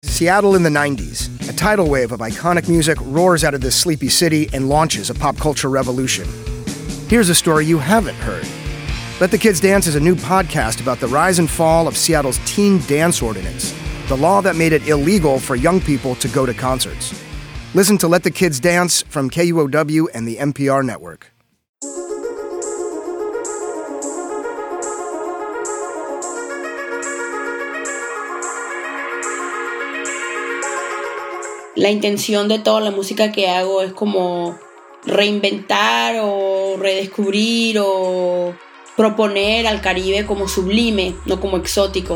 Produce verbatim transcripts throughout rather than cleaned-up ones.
Seattle in the nineties. A tidal wave of iconic music roars out of this sleepy city and launches a pop culture revolution. Here's a story you haven't heard. Let the Kids Dance is a new podcast about the rise and fall of Seattle's teen dance ordinance, the law that made it illegal for young people to go to concerts. Listen to Let the Kids Dance from K U O W and the N P R network. La intención de toda la música que hago es como reinventar o redescubrir o proponer al Caribe como sublime, no como exótico.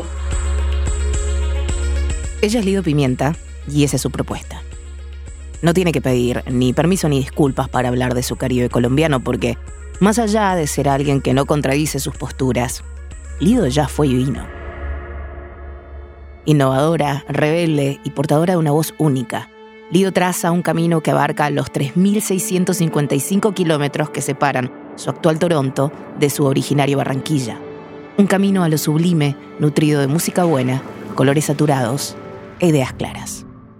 Ella es Lido Pimienta y esa es su propuesta. No tiene que pedir ni permiso ni disculpas para hablar de su Caribe colombiano porque, más allá de ser alguien que no contradice sus posturas, Lido ya fue y vino. Innovadora, rebelde y portadora de una voz única, Lido traza un camino que abarca los tres mil seiscientos cincuenta y cinco kilómetros que separan su actual Toronto de su originario Barranquilla. Un camino a lo sublime, nutrido de música buena, colores saturados e ideas claras.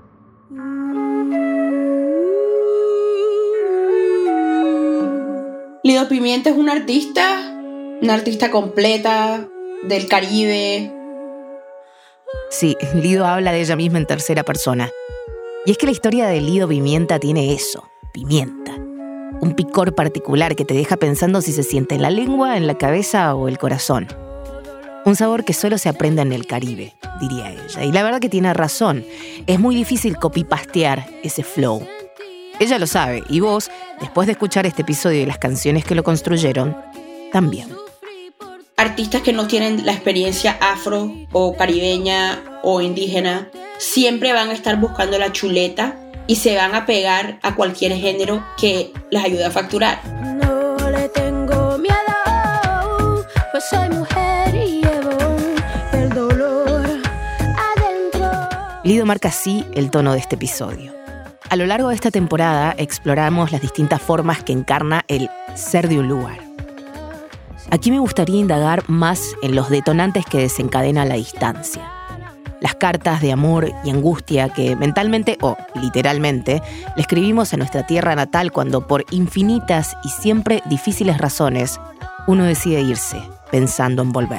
Lido Pimienta es una artista, una artista completa del Caribe. Sí, Lido habla de ella misma en tercera persona. Y es que la historia de Lido Pimienta tiene eso, pimienta. Un picor particular que te deja pensando si se siente en la lengua, en la cabeza o el corazón. Un sabor que solo se aprende en el Caribe, diría ella. Y la verdad que tiene razón. Es muy difícil copy-pastear ese flow. Ella lo sabe, y vos, después de escuchar este episodio y las canciones que lo construyeron, también. Artistas que no tienen la experiencia afro o caribeña o indígena siempre van a estar buscando la chuleta y se van a pegar a cualquier género que les ayude a facturar. No le tengo miedo, pues soy mujer y llevo el dolor adentro. Lido marca así el tono de este episodio. A lo largo de esta temporada exploramos las distintas formas que encarna el ser de un lugar. Aquí me gustaría indagar más en los detonantes que desencadenan la distancia. Las cartas de amor y angustia que mentalmente o literalmente le escribimos a nuestra tierra natal cuando por infinitas y siempre difíciles razones uno decide irse pensando en volver.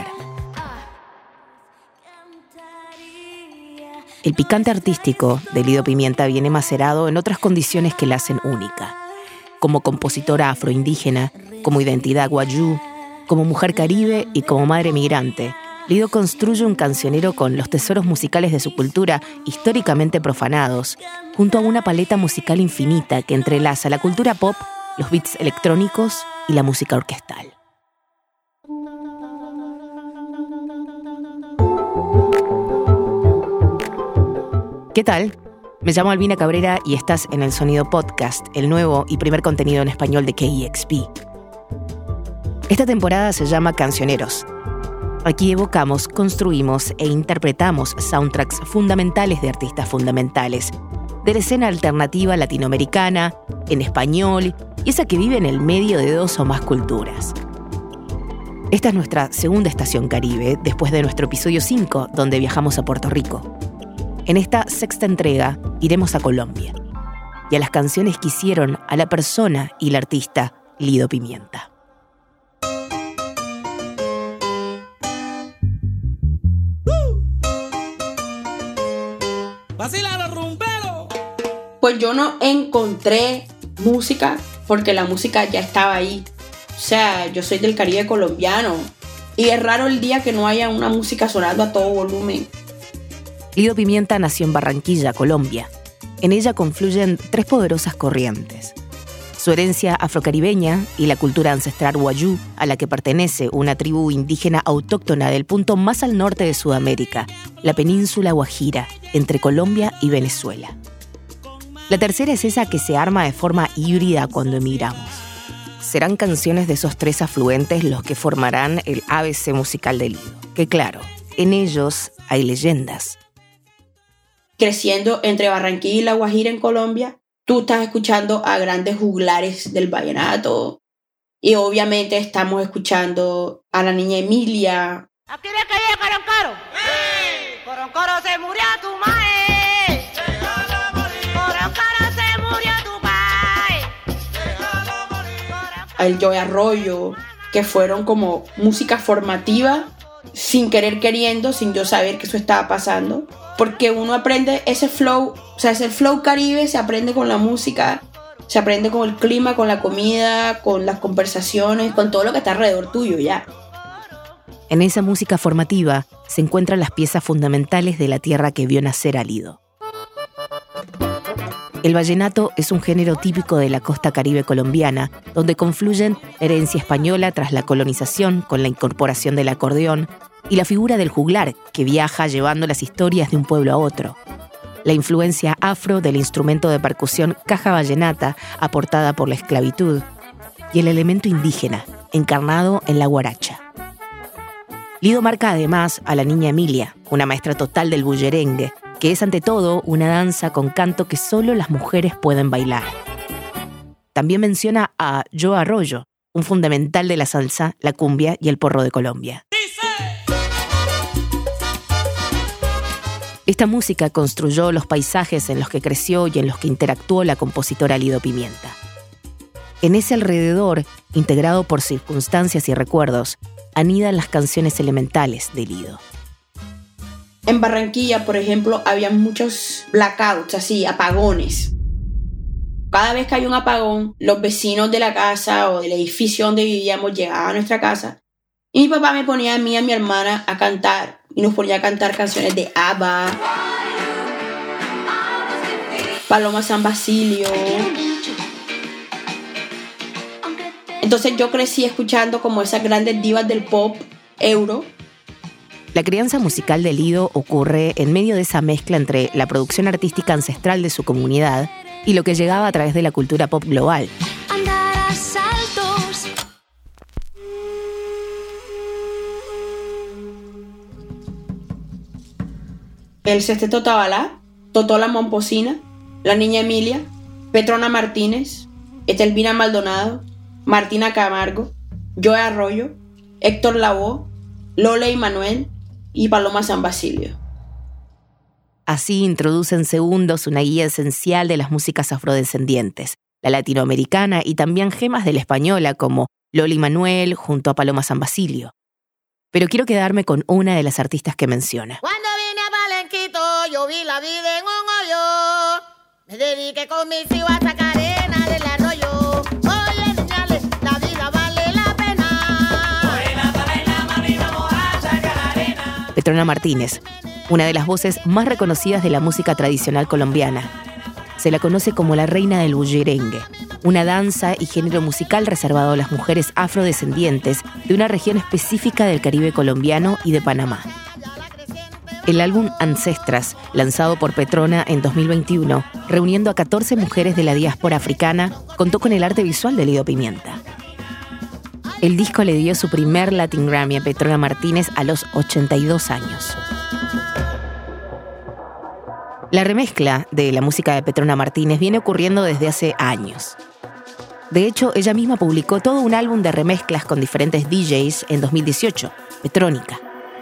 El picante artístico de Lido Pimienta viene macerado en otras condiciones que la hacen única. Como compositora afroindígena, como identidad wayuu, como mujer caribe y como madre migrante, Lido construye un cancionero con los tesoros musicales de su cultura históricamente profanados, junto a una paleta musical infinita que entrelaza la cultura pop, los beats electrónicos y la música orquestal. ¿Qué tal? Me llamo Albina Cabrera y estás en El Sonido Podcast, el nuevo y primer contenido en español de K E X P. Esta temporada se llama Cancioneros. Aquí evocamos, construimos e interpretamos soundtracks fundamentales de artistas fundamentales, de la escena alternativa latinoamericana, en español y esa que vive en el medio de dos o más culturas. Esta es nuestra segunda estación Caribe, después de nuestro episodio cinco, donde viajamos a Puerto Rico. En esta sexta entrega iremos a Colombia y a las canciones que hicieron a la persona y la artista Lido Pimienta. Pues yo no encontré música porque la música ya estaba ahí. O sea, yo soy del Caribe colombiano y es raro el día que no haya una música sonando a todo volumen. Lido Pimienta nació en Barranquilla, Colombia. En ella confluyen tres poderosas corrientes. Su herencia afrocaribeña y la cultura ancestral wayuu, a la que pertenece una tribu indígena autóctona del punto más al norte de Sudamérica, la península Guajira, entre Colombia y Venezuela. La tercera es esa que se arma de forma híbrida cuando emigramos. Serán canciones de esos tres afluentes los que formarán el A B C musical de Lido. Que claro, en ellos hay leyendas. Creciendo entre Barranquilla y La Guajira en Colombia, tú estás escuchando a grandes juglares del vallenato. Y obviamente estamos escuchando a la niña Emilia. ¿Aquí de calle Coroncoro? ¡Sí! Coroncoro se murió tu mae. el Joey Arroyo, que fueron como música formativa, sin querer queriendo, sin yo saber que eso estaba pasando. Porque uno aprende ese flow, o sea, ese flow caribe se aprende con la música, se aprende con el clima, con la comida, con las conversaciones, con todo lo que está alrededor tuyo ya. En esa música formativa se encuentran las piezas fundamentales de la tierra que vio nacer a Lido. El vallenato es un género típico de la costa caribe colombiana, donde confluyen la herencia española tras la colonización con la incorporación del acordeón y la figura del juglar, que viaja llevando las historias de un pueblo a otro. La influencia afro del instrumento de percusión caja vallenata, aportada por la esclavitud, y el elemento indígena, encarnado en la guaracha. Lido marca además a la niña Emilia, una maestra total del bullerengue, que es ante todo una danza con canto que solo las mujeres pueden bailar. También menciona a Joey Arroyo, un fundamental de la salsa, la cumbia y el porro de Colombia. Esta música construyó los paisajes en los que creció y en los que interactuó la compositora Lido Pimienta. En ese alrededor, integrado por circunstancias y recuerdos, anidan las canciones elementales de Lido. En Barranquilla, por ejemplo, había muchos blackouts, así, apagones. Cada vez que hay un apagón, los vecinos de la casa o del edificio donde vivíamos llegaban a nuestra casa y mi papá me ponía a mí y a mi hermana a cantar y nos ponía a cantar canciones de ABBA, Paloma San Basilio. Entonces yo crecí escuchando como esas grandes divas del pop euro. La crianza musical de Lido ocurre en medio de esa mezcla entre la producción artística ancestral de su comunidad y lo que llegaba a través de la cultura pop global. Andar a saltos. El Sexteto Tabalá, Totola Momposina, La Niña Emilia, Petrona Martínez, Etelvina Maldonado, Martina Camargo, Joey Arroyo, Héctor Lavoe, Lola y Manuel y Paloma San Basilio. Así introduce en segundos una guía esencial de las músicas afrodescendientes, la latinoamericana y también gemas de la española como Lola y Manuel junto a Paloma San Basilio. Pero quiero quedarme con una de las artistas que menciona. Cuando vine a Palenquito, yo vi la vida en un hoyo. Me dediqué con mis hijos a sacar arena del arroyo. Oye, niñales, la vida vale la pena. Buena para bailar, mami, vamos a sacar arena. Petrona Martínez, una de las voces más reconocidas de la música tradicional colombiana. Se la conoce como la reina del bullerengue, una danza y género musical reservado a las mujeres afrodescendientes de una región específica del Caribe colombiano y de Panamá. El álbum Ancestras, lanzado por Petrona en dos mil veintiuno, reuniendo a catorce mujeres de la diáspora africana, contó con el arte visual de Lido Pimienta. El disco le dio su primer Latin Grammy a Petrona Martínez a los ochenta y dos años. La remezcla de la música de Petrona Martínez viene ocurriendo desde hace años. De hecho, ella misma publicó todo un álbum de remezclas con diferentes D Js en dos mil dieciocho, Petrónica.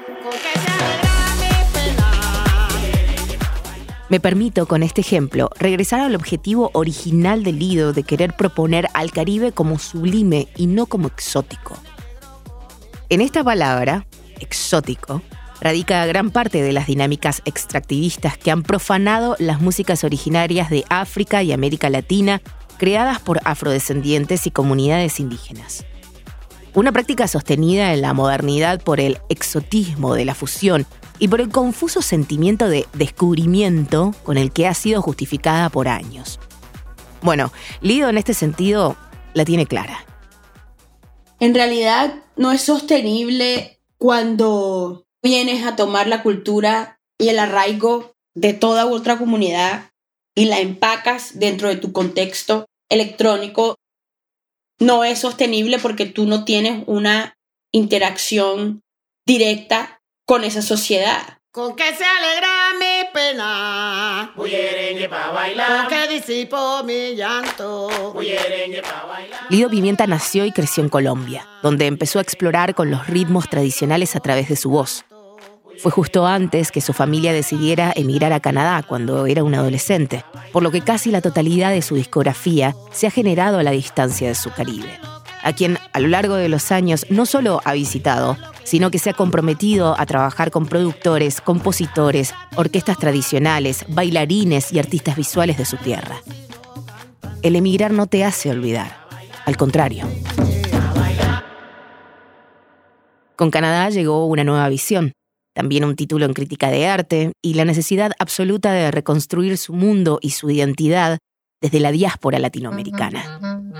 Me permito, con este ejemplo, regresar al objetivo original de Lido de querer proponer al Caribe como sublime y no como exótico. En esta palabra, exótico, radica gran parte de las dinámicas extractivistas que han profanado las músicas originarias de África y América Latina, creadas por afrodescendientes y comunidades indígenas. Una práctica sostenida en la modernidad por el exotismo de la fusión y por el confuso sentimiento de descubrimiento con el que ha sido justificada por años. Bueno, Lido en este sentido la tiene clara. En realidad no es sostenible cuando vienes a tomar la cultura y el arraigo de toda otra comunidad y la empacas dentro de tu contexto electrónico. No es sostenible porque tú no tienes una interacción directa con esa sociedad. Con que se alegra mi pena, bullerengue pa' bailar. Con que disipo mi llanto, bullerengue pa' bailar. Lido Pimienta nació y creció en Colombia, donde empezó a explorar con los ritmos tradicionales a través de su voz. Fue justo antes que su familia decidiera emigrar a Canadá cuando era un adolescente, por lo que casi la totalidad de su discografía se ha generado a la distancia de su Caribe. a quien a lo largo de los años no solo ha visitado, sino que se ha comprometido a trabajar con productores, compositores, orquestas tradicionales, bailarines y artistas visuales de su tierra. El emigrar no te hace olvidar, al contrario. Con Canadá llegó una nueva visión, también un título en crítica de arte y la necesidad absoluta de reconstruir su mundo y su identidad desde la diáspora latinoamericana.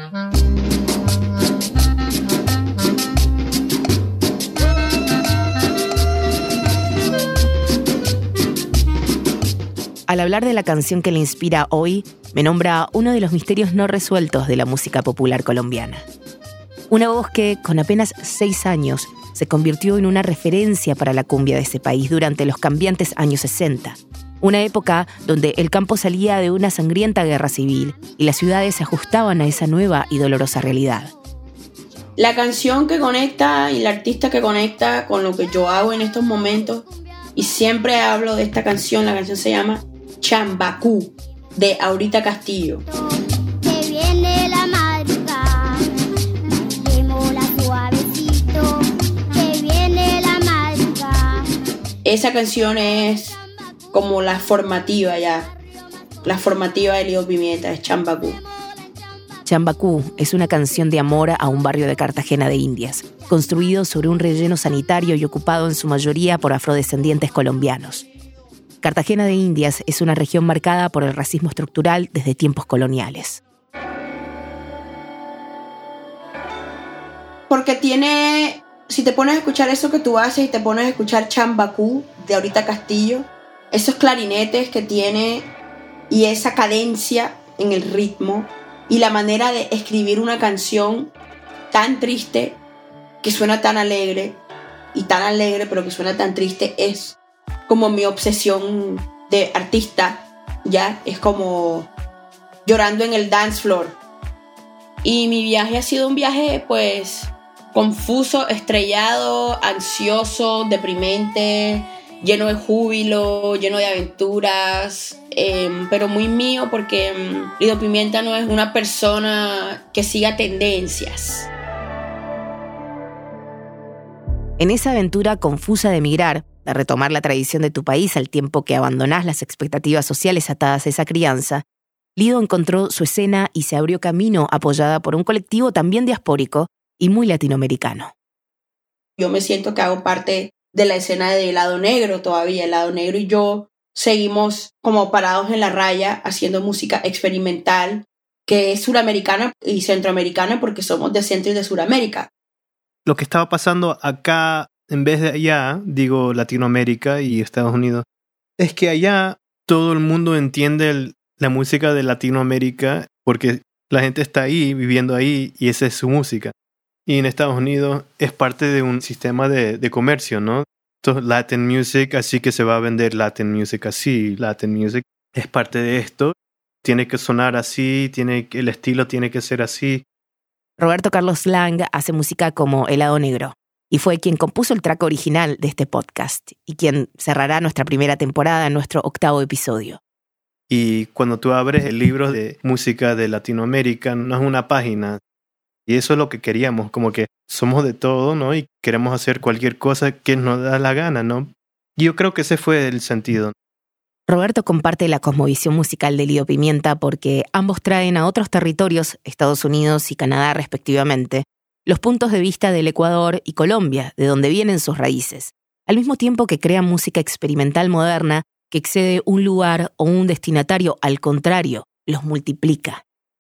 Al hablar de la canción que le inspira hoy, me nombra uno de los misterios no resueltos de la música popular colombiana. Una voz que, con apenas seis años, se convirtió en una referencia para la cumbia de ese país durante los cambiantes años sesenta. Una época donde el campo salía de una sangrienta guerra civil y las ciudades se ajustaban a esa nueva y dolorosa realidad. La canción que conecta y la artista que conecta con lo que yo hago en estos momentos, y siempre hablo de esta canción, la canción se llama Chambacú, de Aurita Castillo. Que viene la madrugada, démosla suavecito, que viene la madrugada. Esa canción es como la formativa ya, la formativa de Lido Pimienta, es Chambacú. Chambacú es una canción de amor a un barrio de Cartagena de Indias, construido sobre un relleno sanitario y ocupado en su mayoría por afrodescendientes colombianos. Cartagena de Indias es una región marcada por el racismo estructural desde tiempos coloniales. Porque tiene, si te pones a escuchar eso que tú haces y te pones a escuchar Chambacú de Aurita Castillo, esos clarinetes que tiene y esa cadencia en el ritmo y la manera de escribir una canción tan triste que suena tan alegre y tan alegre pero que suena tan triste es como mi obsesión de artista, ya es como llorando en el dance floor. Y mi viaje ha sido un viaje pues confuso, estrellado, ansioso, deprimente, lleno de júbilo, lleno de aventuras, eh, pero muy mío porque eh, Lido Pimienta no es una persona que siga tendencias. En esa aventura confusa de emigrar, de retomar la tradición de tu país al tiempo que abandonás las expectativas sociales atadas a esa crianza, Lido encontró su escena y se abrió camino apoyada por un colectivo también diaspórico y muy latinoamericano. Yo me siento que hago parte de la escena de Lado Negro todavía. Lado Negro y yo seguimos como parados en la raya haciendo música experimental que es suramericana y centroamericana porque somos de Centro y de Suramérica. Lo que estaba pasando acá en vez de allá, digo Latinoamérica y Estados Unidos, es que allá todo el mundo entiende el, la música de Latinoamérica porque la gente está ahí, viviendo ahí y esa es su música. Y en Estados Unidos es parte de un sistema de, de comercio, ¿no? Entonces, Latin music, así que se va a vender Latin music así. Latin music es parte de esto. Tiene que sonar así, tiene, el estilo tiene que ser así. Roberto Carlos Lang hace música como El Lado Negro y fue quien compuso el track original de este podcast y quien cerrará nuestra primera temporada en nuestro octavo episodio. Y cuando tú abres el libro de música de Latinoamérica, no es una página. Y eso es lo que queríamos, como que somos de todo, ¿no? Y queremos hacer cualquier cosa que nos da la gana, ¿no? Y yo creo que ese fue el sentido. Roberto comparte la cosmovisión musical de Lido Pimienta porque ambos traen a otros territorios, Estados Unidos y Canadá respectivamente, los puntos de vista del Ecuador y Colombia, de donde vienen sus raíces, al mismo tiempo que crean música experimental moderna que excede un lugar o un destinatario, al contrario, los multiplica.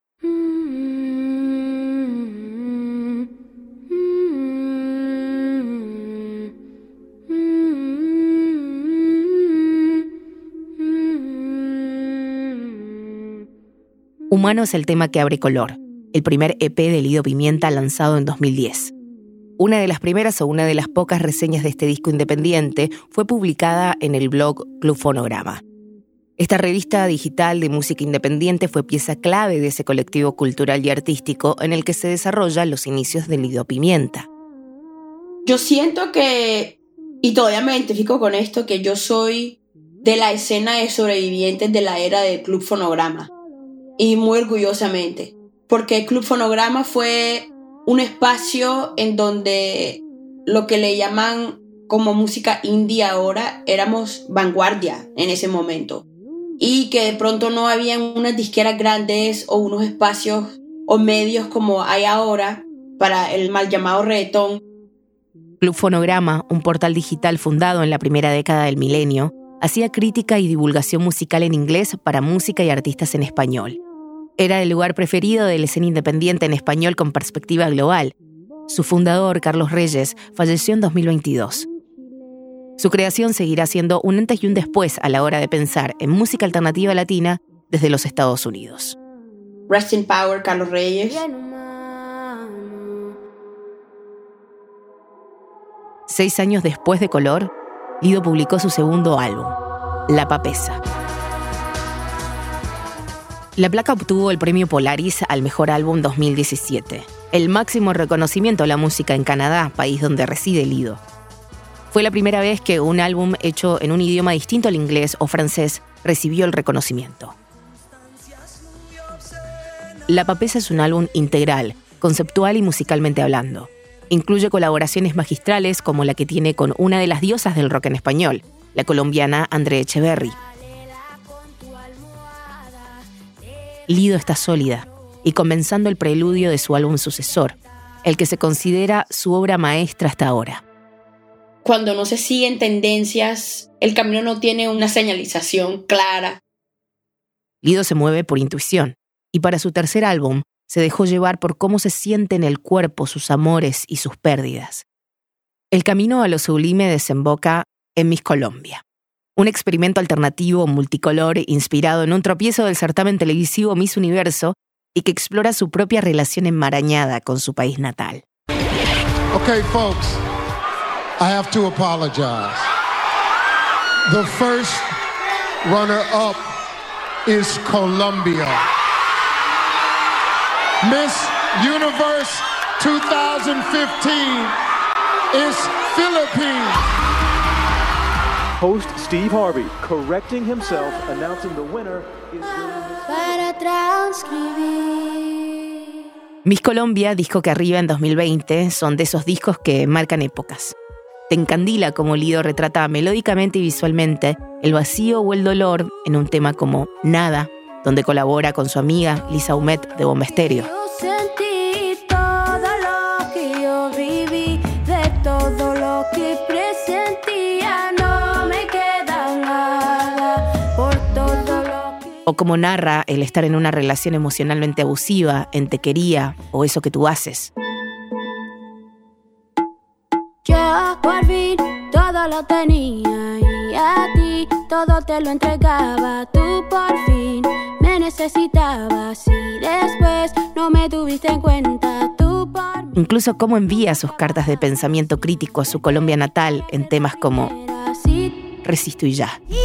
Humano es el tema que abre Color, el primer E P de Lido Pimienta lanzado en dos mil diez. Una de las primeras o una de las pocas reseñas de este disco independiente fue publicada en el blog Club Fonograma. Esta revista digital de música independiente fue pieza clave de ese colectivo cultural y artístico en el que se desarrollan los inicios de Lido Pimienta. Yo siento que, y todavía me identifico con esto, que yo soy de la escena de sobrevivientes de la era del Club Fonograma. Y muy orgullosamente, porque el Club Fonograma fue un espacio en donde lo que le llaman como música indie ahora, éramos vanguardia en ese momento. Y que de pronto no habían unas disqueras grandes o unos espacios o medios como hay ahora para el mal llamado reggaetón. Club Fonograma, un portal digital fundado en la primera década del milenio, hacía crítica y divulgación musical en inglés para música y artistas en español. Era el lugar preferido de la escena independiente en español con perspectiva global. Su fundador, Carlos Reyes, falleció en dos mil veintidós. Su creación seguirá siendo un antes y un después a la hora de pensar en música alternativa latina desde los Estados Unidos. Rest in Power, Carlos Reyes. Seis años después de Color, Lido publicó su segundo álbum, La Papesa. La placa obtuvo el premio Polaris al mejor álbum dos mil diecisiete, el máximo reconocimiento a la música en Canadá, país donde reside Lido. Fue la primera vez que un álbum hecho en un idioma distinto al inglés o francés recibió el reconocimiento. La Papesa es un álbum integral, conceptual y musicalmente hablando. Incluye colaboraciones magistrales como la que tiene con una de las diosas del rock en español, la colombiana André Echeverry. Lido está sólida y comenzando el preludio de su álbum sucesor, el que se considera su obra maestra hasta ahora. Cuando no se siguen tendencias, el camino no tiene una señalización clara. Lido se mueve por intuición y para su tercer álbum se dejó llevar por cómo se siente en el cuerpo sus amores y sus pérdidas. El camino a lo sublime desemboca en Miss Colombia, un experimento alternativo multicolor inspirado en un tropiezo del certamen televisivo Miss Universo y que explora su propia relación enmarañada con su país natal. Okay, folks, I have to apologize. The first runner-up is Colombia. Miss Universe twenty fifteen is Philippines. Host Steve Harvey correcting himself, announcing the winner is Para transcribir. Miss Colombia, disco que arriba en dos mil veinte, son de esos discos que marcan épocas. Te encandila como Lido retrata melódicamente y visualmente el vacío o el dolor en un tema como Nada, donde colabora con su amiga Lisa Humet de Bomba Estéreo. Yo sentí todo lo que yo viví, de todo lo que presentía, no me queda nada por todo lo que... O como narra el estar en una relación emocionalmente abusiva, en tequería o eso que tú haces. Yo por fin todo lo tenía y a ti todo te lo entregaba. Tú por fin me necesitabas y después no me tuviste en cuenta. Tú por mí. Incluso cómo envía sus cartas de pensamiento crítico a su Colombia natal en temas como Resisto y ya. Yo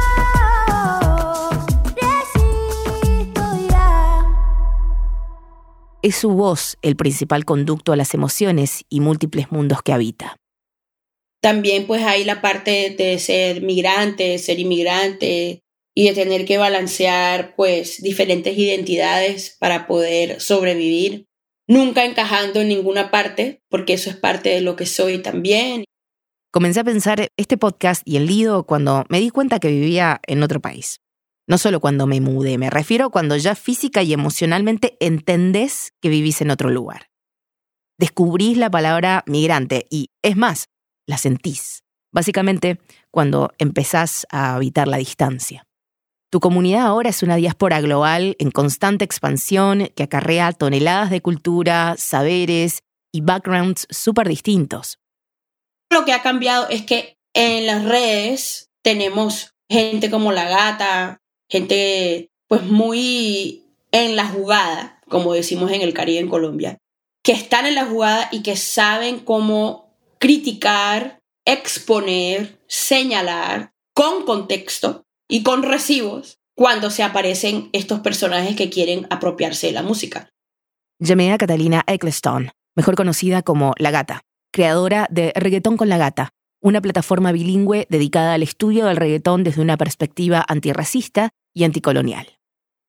resisto ya. Es su voz el principal conducto a las emociones y múltiples mundos que habita. También pues hay la parte de ser migrante, ser inmigrante y de tener que balancear pues diferentes identidades para poder sobrevivir. Nunca encajando en ninguna parte, porque eso es parte de lo que soy también. Comencé a pensar este podcast y el Lido cuando me di cuenta que vivía en otro país. No solo cuando me mudé, me refiero cuando ya física y emocionalmente entendés que vivís en otro lugar. Descubrís la palabra migrante y, es más, la sentís. Básicamente, cuando empezás a habitar la distancia. Tu comunidad ahora es una diáspora global en constante expansión que acarrea toneladas de cultura, saberes y backgrounds súper distintos. Lo que ha cambiado es que en las redes tenemos gente como La Gata, gente pues muy en la jugada, como decimos en el Caribe, en Colombia, que están en la jugada y que saben cómo criticar, exponer, señalar con contexto y con recibos cuando se aparecen estos personajes que quieren apropiarse de la música. Llamé a Catalina Ecclestone, mejor conocida como La Gata, creadora de Reggaetón con La Gata, una plataforma bilingüe dedicada al estudio del reggaetón desde una perspectiva antirracista y anticolonial.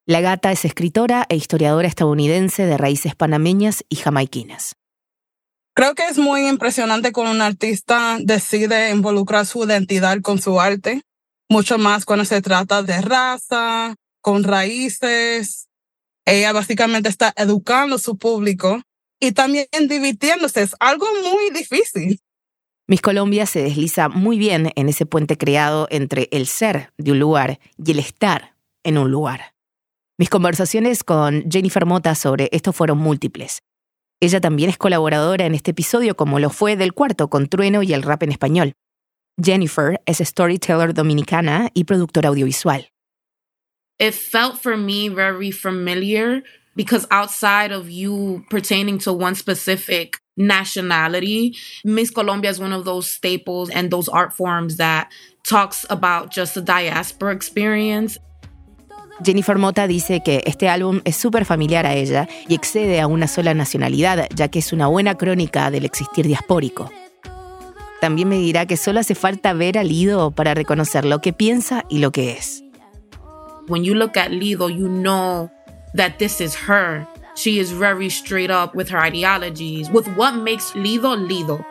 La Gata es escritora e historiadora estadounidense de raíces panameñas y jamaiquinas. Creo que es muy impresionante cuando un artista decide involucrar su identidad con su arte, mucho más cuando se trata de raza, con raíces. Ella básicamente está educando a su público y también divirtiéndose. Es algo muy difícil. Miss Colombia se desliza muy bien en ese puente creado entre el ser de un lugar y el estar en un lugar. Mis conversaciones con Jennifer Mota sobre esto fueron múltiples. Ella también es colaboradora en este episodio, como lo fue del cuarto con Trueno y el rap en español. Jennifer es storyteller dominicana y productora audiovisual. It felt for me very familiar because outside of you pertaining to one specific nationality, Miss Colombia is one of those staples and those art forms that talks about just the diaspora experience. Jennifer Mota dice que este álbum es súper familiar a ella y excede a una sola nacionalidad, ya que es una buena crónica del existir diaspórico. También me dirá que solo hace falta ver a Lido para reconocer lo que piensa y lo que es. When you look at Lido, you know that this is her. She is very straight up with her ideologies, with what makes Lido Lido.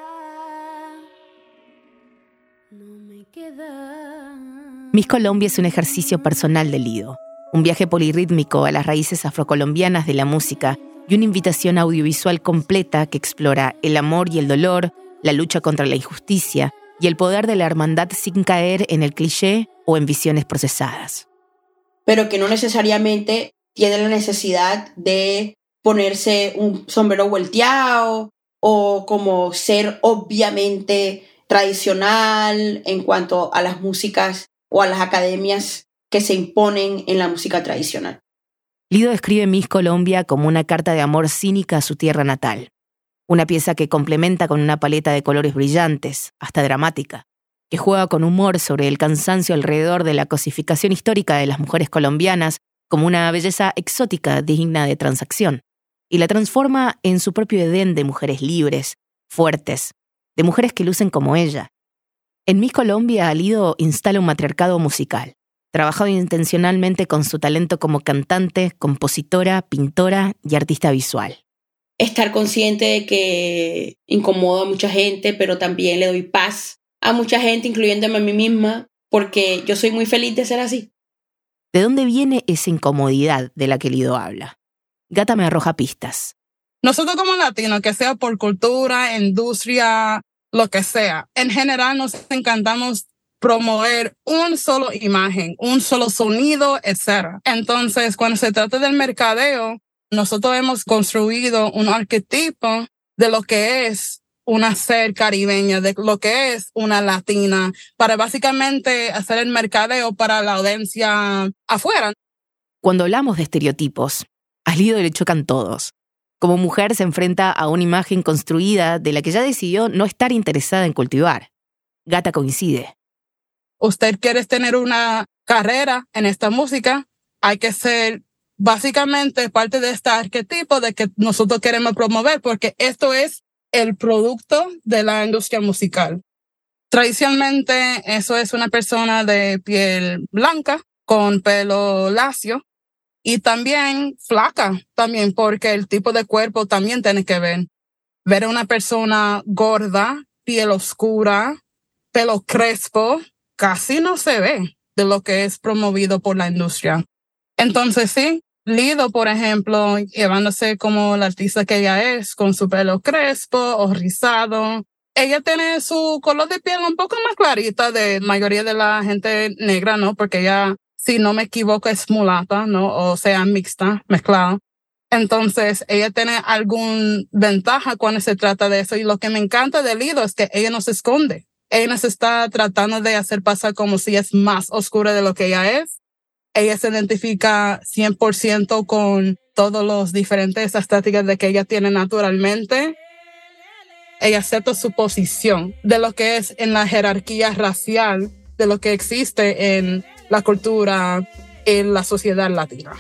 Miss Colombia es un ejercicio personal de Lido, un viaje polirrítmico a las raíces afrocolombianas de la música y una invitación audiovisual completa que explora el amor y el dolor, la lucha contra la injusticia y el poder de la hermandad sin caer en el cliché o en visiones procesadas. Pero que no necesariamente tiene la necesidad de ponerse un sombrero volteado o como ser obviamente tradicional en cuanto a las músicas o a las academias que se imponen en la música tradicional. Lido describe Miss Colombia como una carta de amor cínica a su tierra natal. Una pieza que complementa con una paleta de colores brillantes, hasta dramática, que juega con humor sobre el cansancio alrededor de la cosificación histórica de las mujeres colombianas como una belleza exótica digna de transacción, y la transforma en su propio edén de mujeres libres, fuertes, de mujeres que lucen como ella. En Miss Colombia, Lido instala un matriarcado musical, trabajado intencionalmente con su talento como cantante, compositora, pintora y artista visual. Estar consciente de que incomodo a mucha gente, pero también le doy paz a mucha gente, incluyéndome a mí misma, porque yo soy muy feliz de ser así. ¿De dónde viene esa incomodidad de la que Lido habla? Gata me arroja pistas. Nosotros como latinos, que sea por cultura, industria, lo que sea, en general nos encantamos promover una sola imagen, un solo sonido, etcétera. Entonces, cuando se trata del mercadeo, nosotros hemos construido un arquetipo de lo que es una ser caribeña, de lo que es una latina, para básicamente hacer el mercadeo para la audiencia afuera. Cuando hablamos de estereotipos, a Lido le chocan todos. Como mujer se enfrenta a una imagen construida de la que ya decidió no estar interesada en cultivar. Gata coincide. Usted quiere tener una carrera en esta música, hay que ser básicamente parte de este arquetipo de que nosotros queremos promover, porque esto es el producto de la industria musical. Tradicionalmente, eso es una persona de piel blanca, con pelo lacio, y también flaca, también porque el tipo de cuerpo también tiene que ver. Ver a una persona gorda, piel oscura, pelo crespo, casi no se ve de lo que es promovido por la industria. Entonces sí, Lido, por ejemplo, llevándose como la artista que ella es, con su pelo crespo o rizado. Ella tiene su color de piel un poco más clarita de la mayoría de la gente negra, ¿no? Porque ella, si no me equivoco, es mulata, ¿no? O sea, mixta, mezclada. Entonces, ella tiene alguna ventaja cuando se trata de eso. Y lo que me encanta de Lido es que ella no se esconde. Ella no se está tratando de hacer pasar como si es más oscura de lo que ella es. Ella se identifica cien por ciento con todos los diferentes estéticas de que ella tiene naturalmente. Ella acepta su posición de lo que es en la jerarquía racial, de lo que existe en la cultura, en la sociedad latina.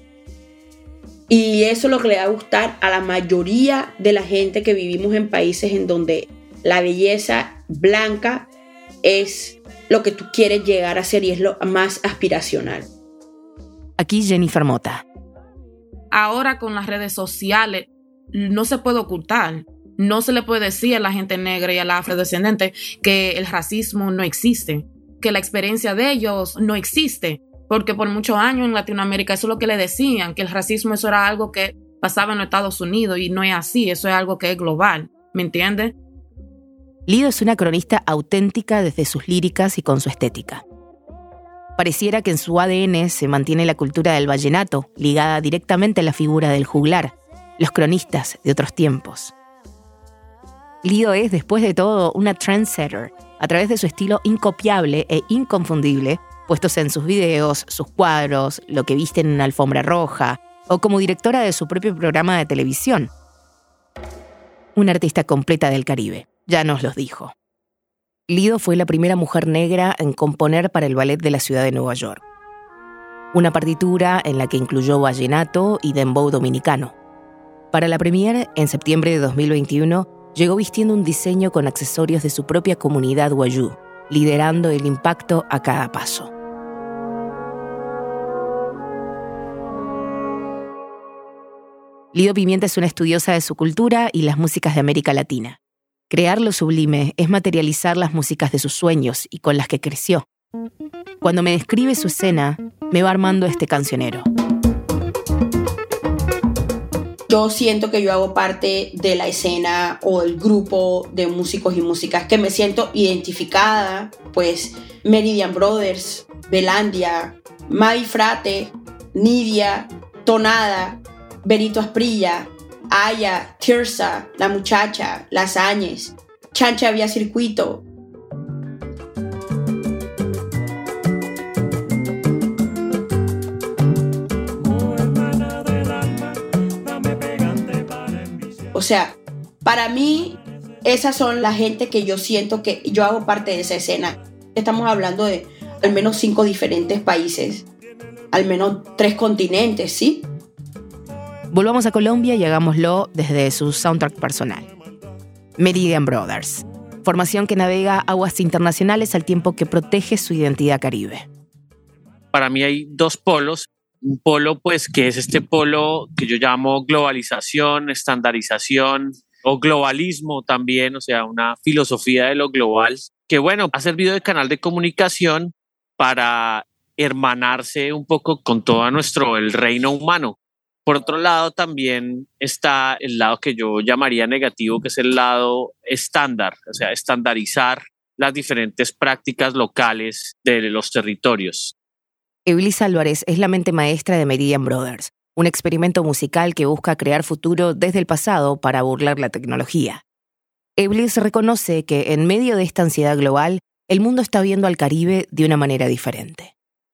Y eso es lo que le va a gustar a la mayoría de la gente que vivimos en países en donde la belleza blanca es lo que tú quieres llegar a ser y es lo más aspiracional. Aquí Jennifer Mota. Ahora con las redes sociales no se puede ocultar. No se le puede decir a la gente negra y a la afrodescendente que el racismo no existe, que la experiencia de ellos no existe, porque por muchos años en Latinoamérica eso es lo que le decían, que el racismo eso era algo que pasaba en los Estados Unidos y no es así, eso es algo que es global, ¿me entiendes? Lido es una cronista auténtica desde sus líricas y con su estética. Pareciera que en su A D N se mantiene la cultura del vallenato, ligada directamente a la figura del juglar, los cronistas de otros tiempos. Lido es, después de todo, una trendsetter, a través de su estilo incopiable e inconfundible, puestos en sus videos, sus cuadros, lo que viste en una alfombra roja, o como directora de su propio programa de televisión. Una artista completa del Caribe, ya nos los dijo. Lido fue la primera mujer negra en componer para el ballet de la ciudad de Nueva York. Una partitura en la que incluyó vallenato y dembow dominicano. Para la premiere, en septiembre de dos mil veintiuno, llegó vistiendo un diseño con accesorios de su propia comunidad wayuu, liderando el impacto a cada paso. Lido Pimienta es una estudiosa de su cultura y las músicas de América Latina. Crear lo sublime es materializar las músicas de sus sueños y con las que creció. Cuando me describe su escena, me va armando este cancionero. Yo siento que yo hago parte de la escena o el grupo de músicos y músicas que me siento identificada, pues Meridian Brothers, Belandia, Mavi Frate, Nidia, Tonada, Benito Asprilla, Aya, Tirsa, La Muchacha, Las Áñez, Chancha Vía Circuito. O sea, para mí, esas son la gente que yo siento que yo hago parte de esa escena. Estamos hablando de al menos cinco diferentes países, al menos tres continentes, ¿sí? Volvamos a Colombia y hagámoslo desde su soundtrack personal. Meridian Brothers, formación que navega aguas internacionales al tiempo que protege su identidad caribe. Para mí hay dos polos. Un polo, pues, que es este polo que yo llamo globalización, estandarización o globalismo también, o sea, una filosofía de lo global, que, bueno, ha servido de canal de comunicación para hermanarse un poco con todo nuestro, el reino humano. Por otro lado, también está el lado que yo llamaría negativo, que es el lado estándar, o sea, estandarizar las diferentes prácticas locales de los territorios. Eblis Álvarez es la mente maestra de Meridian Brothers, un experimento musical que busca crear futuro desde el pasado para burlar la tecnología. Eblis reconoce que en medio de esta ansiedad global, el mundo está viendo al Caribe de una manera diferente.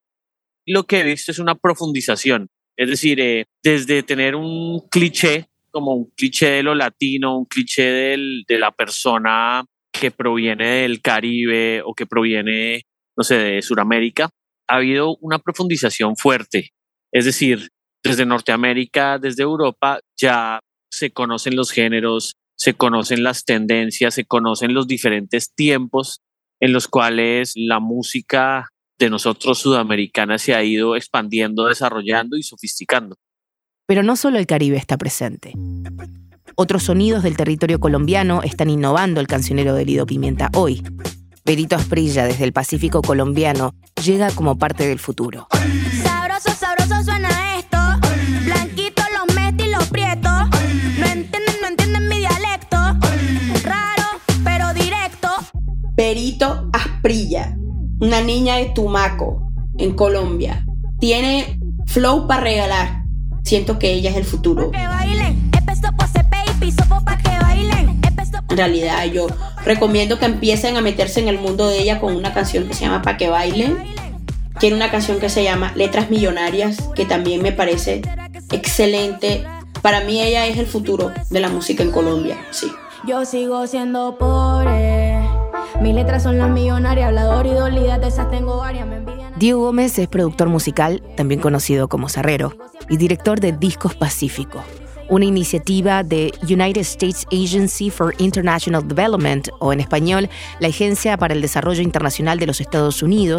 Lo que he visto es una profundización, es decir, eh, desde tener un cliché, como un cliché de lo latino, un cliché del, de la persona que proviene del Caribe o que proviene, no sé, de Sudamérica, ha habido una profundización fuerte. Es decir, desde Norteamérica, desde Europa, ya se conocen los géneros, se conocen las tendencias, se conocen los diferentes tiempos en los cuales la música de nosotros sudamericana se ha ido expandiendo, desarrollando y sofisticando. Pero no solo el Caribe está presente. Otros sonidos del territorio colombiano están innovando el cancionero de Lido Pimienta hoy. Benito Asprilla, desde el Pacífico colombiano, llega como parte del futuro. Sabroso, sabroso suena esto. Blanquito los metes y los prietos. No entienden, no entienden mi dialecto. Raro, pero directo. Benito Asprilla, una niña de Tumaco, en Colombia. Tiene flow para regalar. Siento que ella es el futuro. Pa' que bailen, empezó por C P y piso pa' que bailen. En realidad yo recomiendo que empiecen a meterse en el mundo de ella con una canción que se llama Pa' que bailen. Tiene una canción que se llama Letras Millonarias, que también me parece excelente. Para mí ella es el futuro de la música en Colombia, sí. Yo sigo siendo pobre. Mis letras son las millonarias, hablador y dolida, de esas tengo varias, me envidian. Diego Gómez es productor musical, también conocido como Zarrero, y director de Discos Pacífico, una iniciativa de United States Agency for International Development, o en español, la Agencia para el Desarrollo Internacional de los Estados Unidos,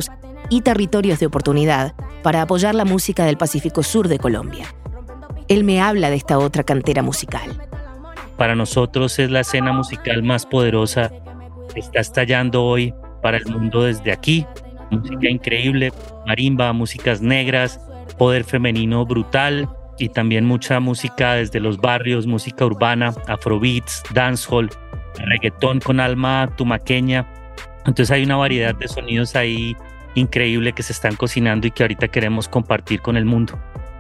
y territorios de oportunidad para apoyar la música del Pacífico Sur de Colombia. Él me habla de esta otra cantera musical. Para nosotros es la escena musical más poderosa que está estallando hoy para el mundo desde aquí. Música increíble, marimba, músicas negras, poder femenino brutal y también mucha música desde los barrios, música urbana, afrobeats, dancehall, reggaetón con alma tumaqueña. Entonces hay una variedad de sonidos ahí increíble que se están cocinando y que ahorita queremos compartir con el mundo.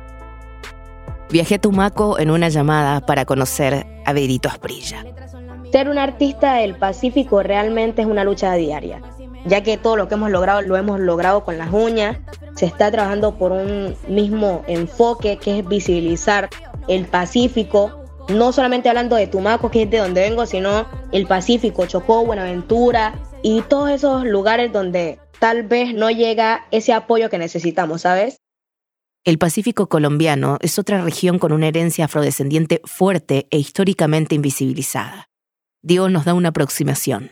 Viajé a Tumaco en una llamada para conocer a Berito Asprilla. Ser un artista del Pacífico realmente es una lucha diaria, ya que todo lo que hemos logrado lo hemos logrado con las uñas. Se está trabajando por un mismo enfoque, que es visibilizar el Pacífico, no solamente hablando de Tumaco, que es de donde vengo, sino el Pacífico, Chocó, Buenaventura y todos esos lugares donde tal vez no llega ese apoyo que necesitamos, ¿sabes? El Pacífico colombiano es otra región con una herencia afrodescendiente fuerte e históricamente invisibilizada. Diego nos da una aproximación.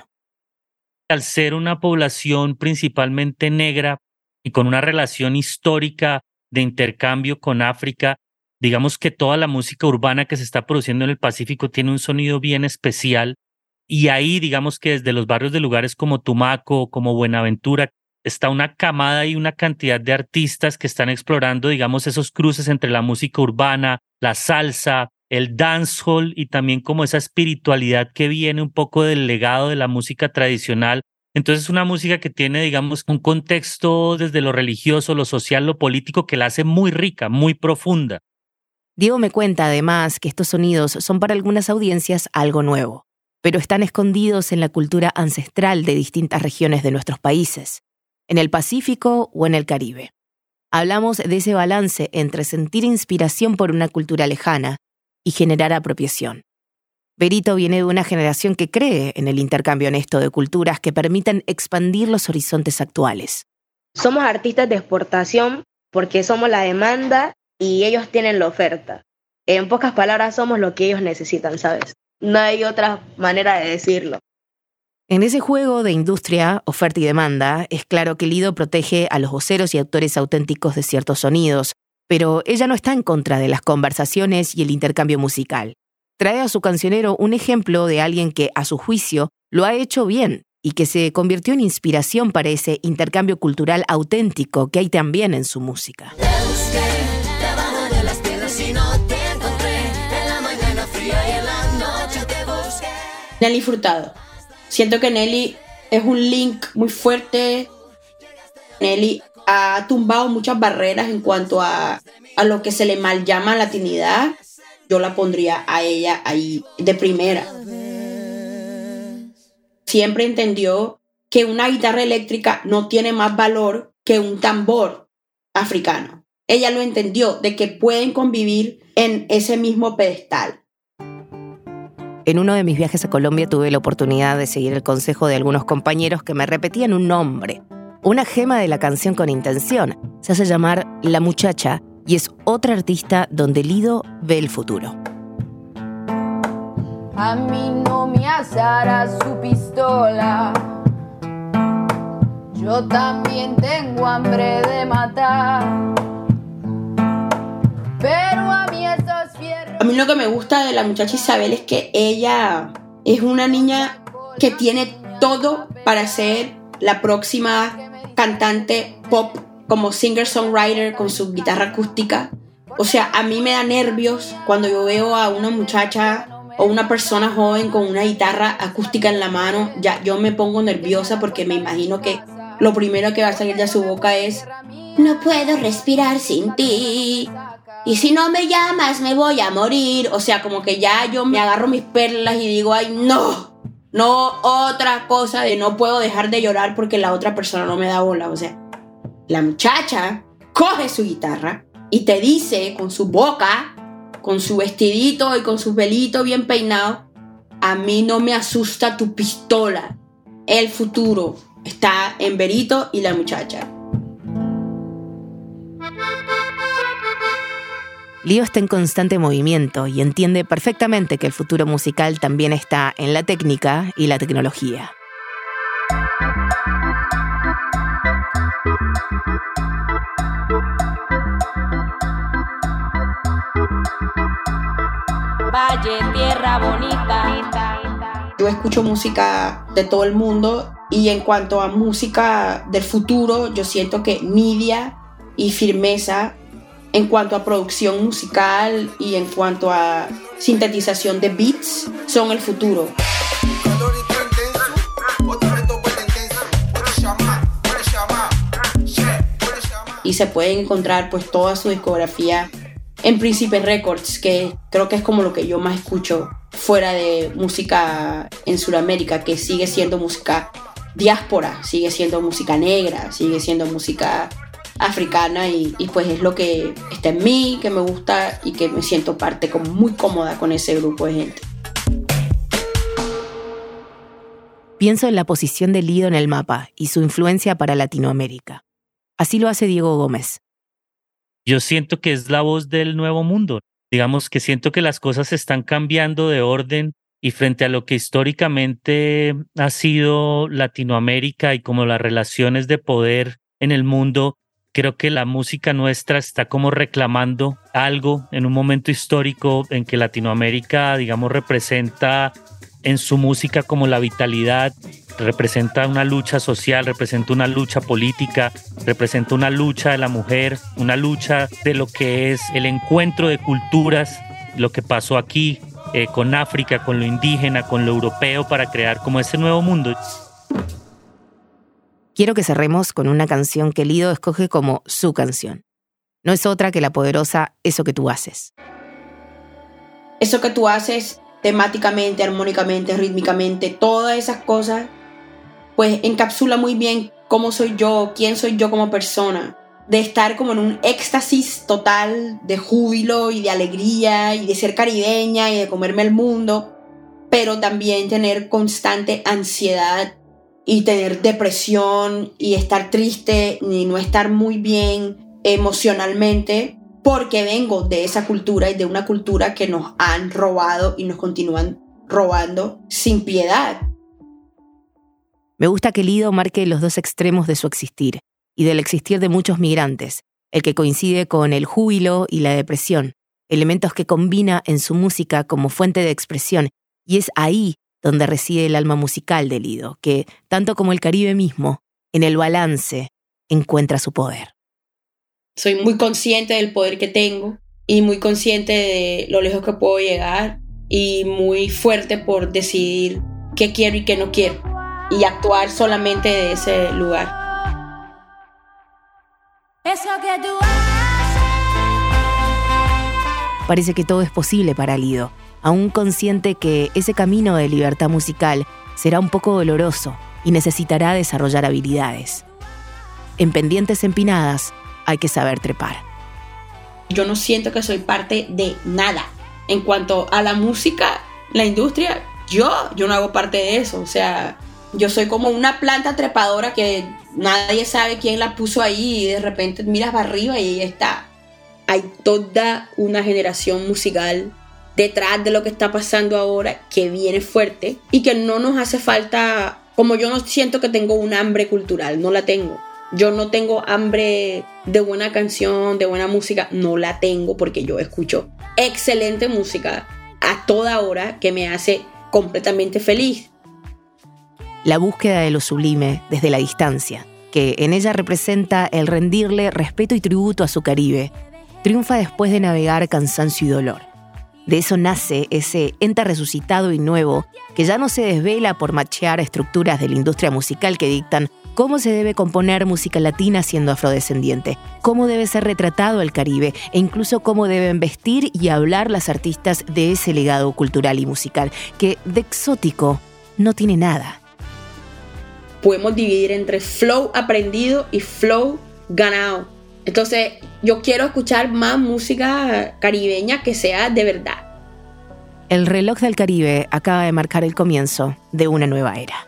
Al ser una población principalmente negra y con una relación histórica de intercambio con África, digamos que toda la música urbana que se está produciendo en el Pacífico tiene un sonido bien especial. Y ahí, digamos que desde los barrios de lugares como Tumaco, como Buenaventura, está una camada y una cantidad de artistas que están explorando, digamos, esos cruces entre la música urbana, la salsa, el dancehall y también como esa espiritualidad que viene un poco del legado de la música tradicional. Entonces es una música que tiene, digamos, un contexto desde lo religioso, lo social, lo político, que la hace muy rica, muy profunda. Diego me cuenta además que estos sonidos son para algunas audiencias algo nuevo, pero están escondidos en la cultura ancestral de distintas regiones de nuestros países, en el Pacífico o en el Caribe. Hablamos de ese balance entre sentir inspiración por una cultura lejana y generar apropiación. Berito viene de una generación que cree en el intercambio honesto de culturas que permitan expandir los horizontes actuales. Somos artistas de exportación porque somos la demanda y ellos tienen la oferta. En pocas palabras, somos lo que ellos necesitan, ¿sabes? No hay otra manera de decirlo. En ese juego de industria, oferta y demanda, es claro que Lido protege a los voceros y autores auténticos de ciertos sonidos, pero ella no está en contra de las conversaciones y el intercambio musical. Trae a su cancionero un ejemplo de alguien que, a su juicio, lo ha hecho bien y que se convirtió en inspiración para ese intercambio cultural auténtico que hay también en su música. Te busqué debajo de las piedras y no te encontré. En la mañana fría y en la noche te busqué. Nelly Furtado. Siento que Nelly es un link muy fuerte. Nelly ha tumbado muchas barreras en cuanto a, a lo que se le mal llama latinidad. Yo la pondría a ella ahí de primera. Siempre entendió que una guitarra eléctrica no tiene más valor que un tambor africano. Ella lo entendió, de que pueden convivir en ese mismo pedestal. En uno de mis viajes a Colombia tuve la oportunidad de seguir el consejo de algunos compañeros que me repetían un nombre. Una gema de la canción con intención. Se hace llamar La Muchacha y es otra artista donde Lido ve el futuro. A mí no me asará su pistola. Yo también tengo hambre de matar. Pero a mí esos fierros... A mí lo que me gusta de La Muchacha Isabel es que ella es una niña que tiene todo para ser la próxima cantante pop, como singer-songwriter con su guitarra acústica. O sea, a mí me da nervios cuando yo veo a una muchacha o una persona joven con una guitarra acústica en la mano. Ya yo me pongo nerviosa porque me imagino que lo primero que va a salir de su boca es: no puedo respirar sin ti, y si no me llamas me voy a morir. O sea, como que ya yo me agarro mis perlas y digo: ay, no, no, otra cosa de no puedo dejar de llorar porque la otra persona no me da bola. O sea, la muchacha coge su guitarra y te dice con su boca, con su vestidito y con su pelito bien peinado: a mí no me asusta tu pistola. El futuro está en Berito y La Muchacha. Lío está en constante movimiento y entiende perfectamente que el futuro musical también está en la técnica y la tecnología. Valle, tierra bonita. Yo escucho música de todo el mundo y en cuanto a música del futuro, yo siento que Nidia y Firmeza, en cuanto a producción musical y en cuanto a sintetización de beats, son el futuro. Y se pueden encontrar pues toda su discografía en Príncipe Records, que creo que es como lo que yo más escucho fuera de música en Sudamérica, que sigue siendo música diáspora, sigue siendo música negra, sigue siendo música africana y, y pues es lo que está en mí, que me gusta y que me siento parte como muy cómoda con ese grupo de gente. Pienso en la posición de Lido en el mapa y su influencia para Latinoamérica. Así lo hace Diego Gómez. Yo siento que es la voz del nuevo mundo. Digamos que siento que las cosas están cambiando de orden y frente a lo que históricamente ha sido Latinoamérica y como las relaciones de poder en el mundo, creo que la música nuestra está como reclamando algo en un momento histórico en que Latinoamérica, digamos, representa en su música como la vitalidad, representa una lucha social, representa una lucha política, representa una lucha de la mujer, una lucha de lo que es el encuentro de culturas, lo que pasó aquí eh, con África, con lo indígena, con lo europeo, para crear como ese nuevo mundo. Quiero que cerremos con una canción que Lido escoge como su canción. No es otra que la poderosa Eso que tú haces. Eso que tú haces temáticamente, armónicamente, rítmicamente, todas esas cosas, pues encapsula muy bien cómo soy yo, quién soy yo como persona, de estar como en un éxtasis total de júbilo y de alegría y de ser caribeña y de comerme el mundo, pero también tener constante ansiedad y tener depresión y estar triste y no estar muy bien emocionalmente, porque vengo de esa cultura y de una cultura que nos han robado y nos continúan robando sin piedad. Me gusta que Lido marque los dos extremos de su existir y del existir de muchos migrantes, el que coincide con el júbilo y la depresión, elementos que combina en su música como fuente de expresión, y es ahí donde reside el alma musical de Lido, que, tanto como el Caribe mismo, en el balance encuentra su poder. Soy muy consciente del poder que tengo y muy consciente de lo lejos que puedo llegar y muy fuerte por decidir qué quiero y qué no quiero y actuar solamente de ese lugar. Eso que tú haces. Parece que todo es posible para Lido, aún consciente que ese camino de libertad musical será un poco doloroso y necesitará desarrollar habilidades. En pendientes empinadas hay que saber trepar. Yo no siento que soy parte de nada. En cuanto a la música, la industria, yo, yo no hago parte de eso. O sea, yo soy como una planta trepadora que nadie sabe quién la puso ahí y de repente miras para arriba y ahí está. Hay toda una generación musical detrás de lo que está pasando ahora que viene fuerte y que no nos hace falta, como yo no siento que tengo un hambre cultural, no la tengo. Yo no tengo hambre de buena canción, de buena música, no la tengo porque yo escucho excelente música a toda hora que me hace completamente feliz. La búsqueda de lo sublime desde la distancia, que en ella representa el rendirle respeto y tributo a su Caribe, triunfa después de navegar cansancio y dolor. De eso nace ese ente resucitado y nuevo que ya no se desvela por machear estructuras de la industria musical que dictan cómo se debe componer música latina siendo afrodescendiente, cómo debe ser retratado el Caribe e incluso cómo deben vestir y hablar las artistas de ese legado cultural y musical, que de exótico no tiene nada. Podemos dividir entre flow aprendido y flow ganado. Entonces, yo quiero escuchar más música caribeña que sea de verdad. El reloj del Caribe acaba de marcar el comienzo de una nueva era.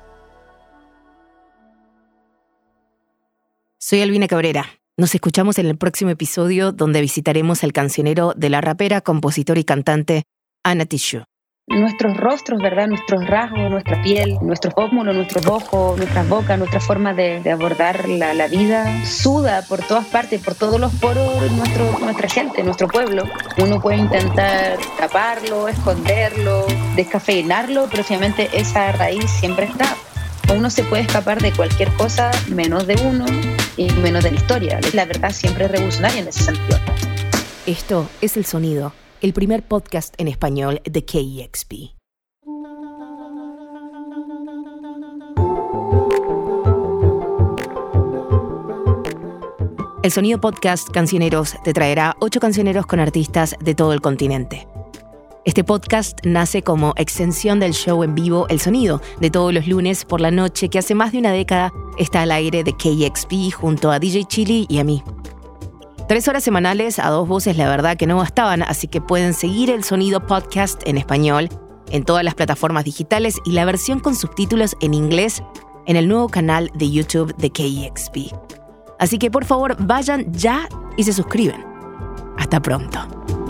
Soy Albina Cabrera. Nos escuchamos en el próximo episodio donde visitaremos al cancionero de la rapera, compositor y cantante Ana Tijoux. nuestros rostros, ¿verdad? Nuestros rasgos, nuestra piel, nuestros pómulos, nuestros ojos, nuestras bocas, nuestra forma de, de abordar la, la vida, suda por todas partes, por todos los poros de nuestro, nuestra gente, nuestro pueblo. Uno puede intentar taparlo, esconderlo, descafeinarlo, pero finalmente esa raíz siempre está. Uno se puede escapar de cualquier cosa menos de uno y menos de la historia. La verdad siempre es revolucionaria en ese sentido. Esto es El Sonido, el primer podcast en español de K E X P. El Sonido Podcast Cancioneros te traerá ocho cancioneros con artistas de todo el continente. Este podcast nace como extensión del show en vivo El Sonido, de todos los lunes por la noche, que hace más de una década está al aire de K E X P junto a D J Chili y a mí. Tres horas semanales a dos voces, la verdad que no bastaban, así que pueden seguir El Sonido Podcast en español en todas las plataformas digitales y la versión con subtítulos en inglés en el nuevo canal de YouTube de K E X P. Así que por favor vayan ya y se suscriben. Hasta pronto.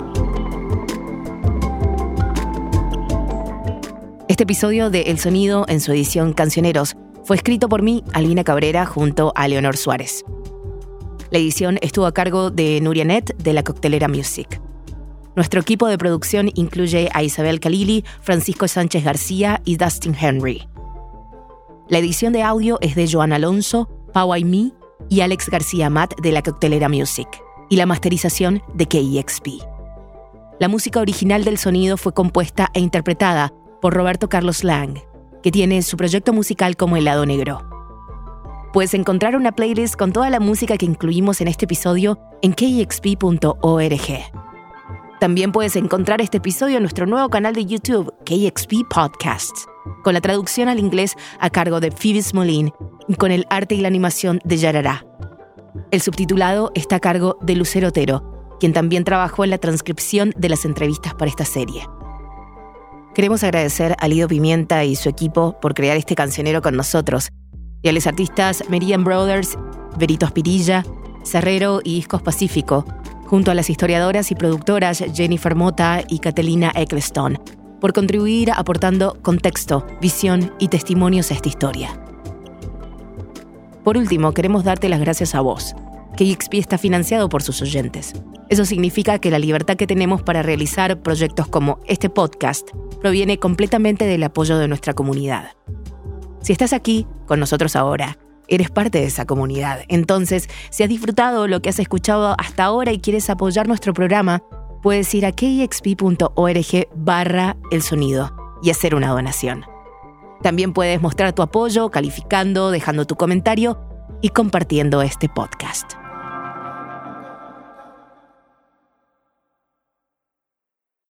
Este episodio de El Sonido en su edición Cancioneros fue escrito por mí, Albina Cabrera, junto a Leonor Suárez. La edición estuvo a cargo de Nuria Net de La Coctelera Music. Nuestro equipo de producción incluye a Isabel Khalili, Francisco Sánchez García y Dustin Henry. La edición de audio es de Joan Alonso, Pau Aimee y Alex García Matt de La Coctelera Music, y la masterización de K E X P. La música original del Sonido fue compuesta e interpretada por Roberto Carlos Lang, que tiene su proyecto musical como Helado Negro. Puedes encontrar una playlist con toda la música que incluimos en este episodio en k e x p punto org. También puedes encontrar este episodio en nuestro nuevo canal de YouTube, K E X P Podcasts, con la traducción al inglés a cargo de Phoebe Smolin y con el arte y la animación de Yarará. El subtitulado está a cargo de Lucero Otero, quien también trabajó en la transcripción de las entrevistas para esta serie. Queremos agradecer a Lido Pimienta y su equipo por crear este cancionero con nosotros, y a los artistas Meridian Brothers, Verito Aspirilla, Cerrero y Discos Pacífico, junto a las historiadoras y productoras Jennifer Mota y Catalina Eccleston, por contribuir aportando contexto, visión y testimonios a esta historia. Por último, queremos darte las gracias a vos. K E X P está financiado por sus oyentes. Eso significa que la libertad que tenemos para realizar proyectos como este podcast proviene completamente del apoyo de nuestra comunidad. Si estás aquí con nosotros ahora, eres parte de esa comunidad. Entonces, si has disfrutado lo que has escuchado hasta ahora y quieres apoyar nuestro programa, puedes ir a k e x p punto org barra el sonido y hacer una donación. También puedes mostrar tu apoyo calificando, dejando tu comentario y compartiendo este podcast.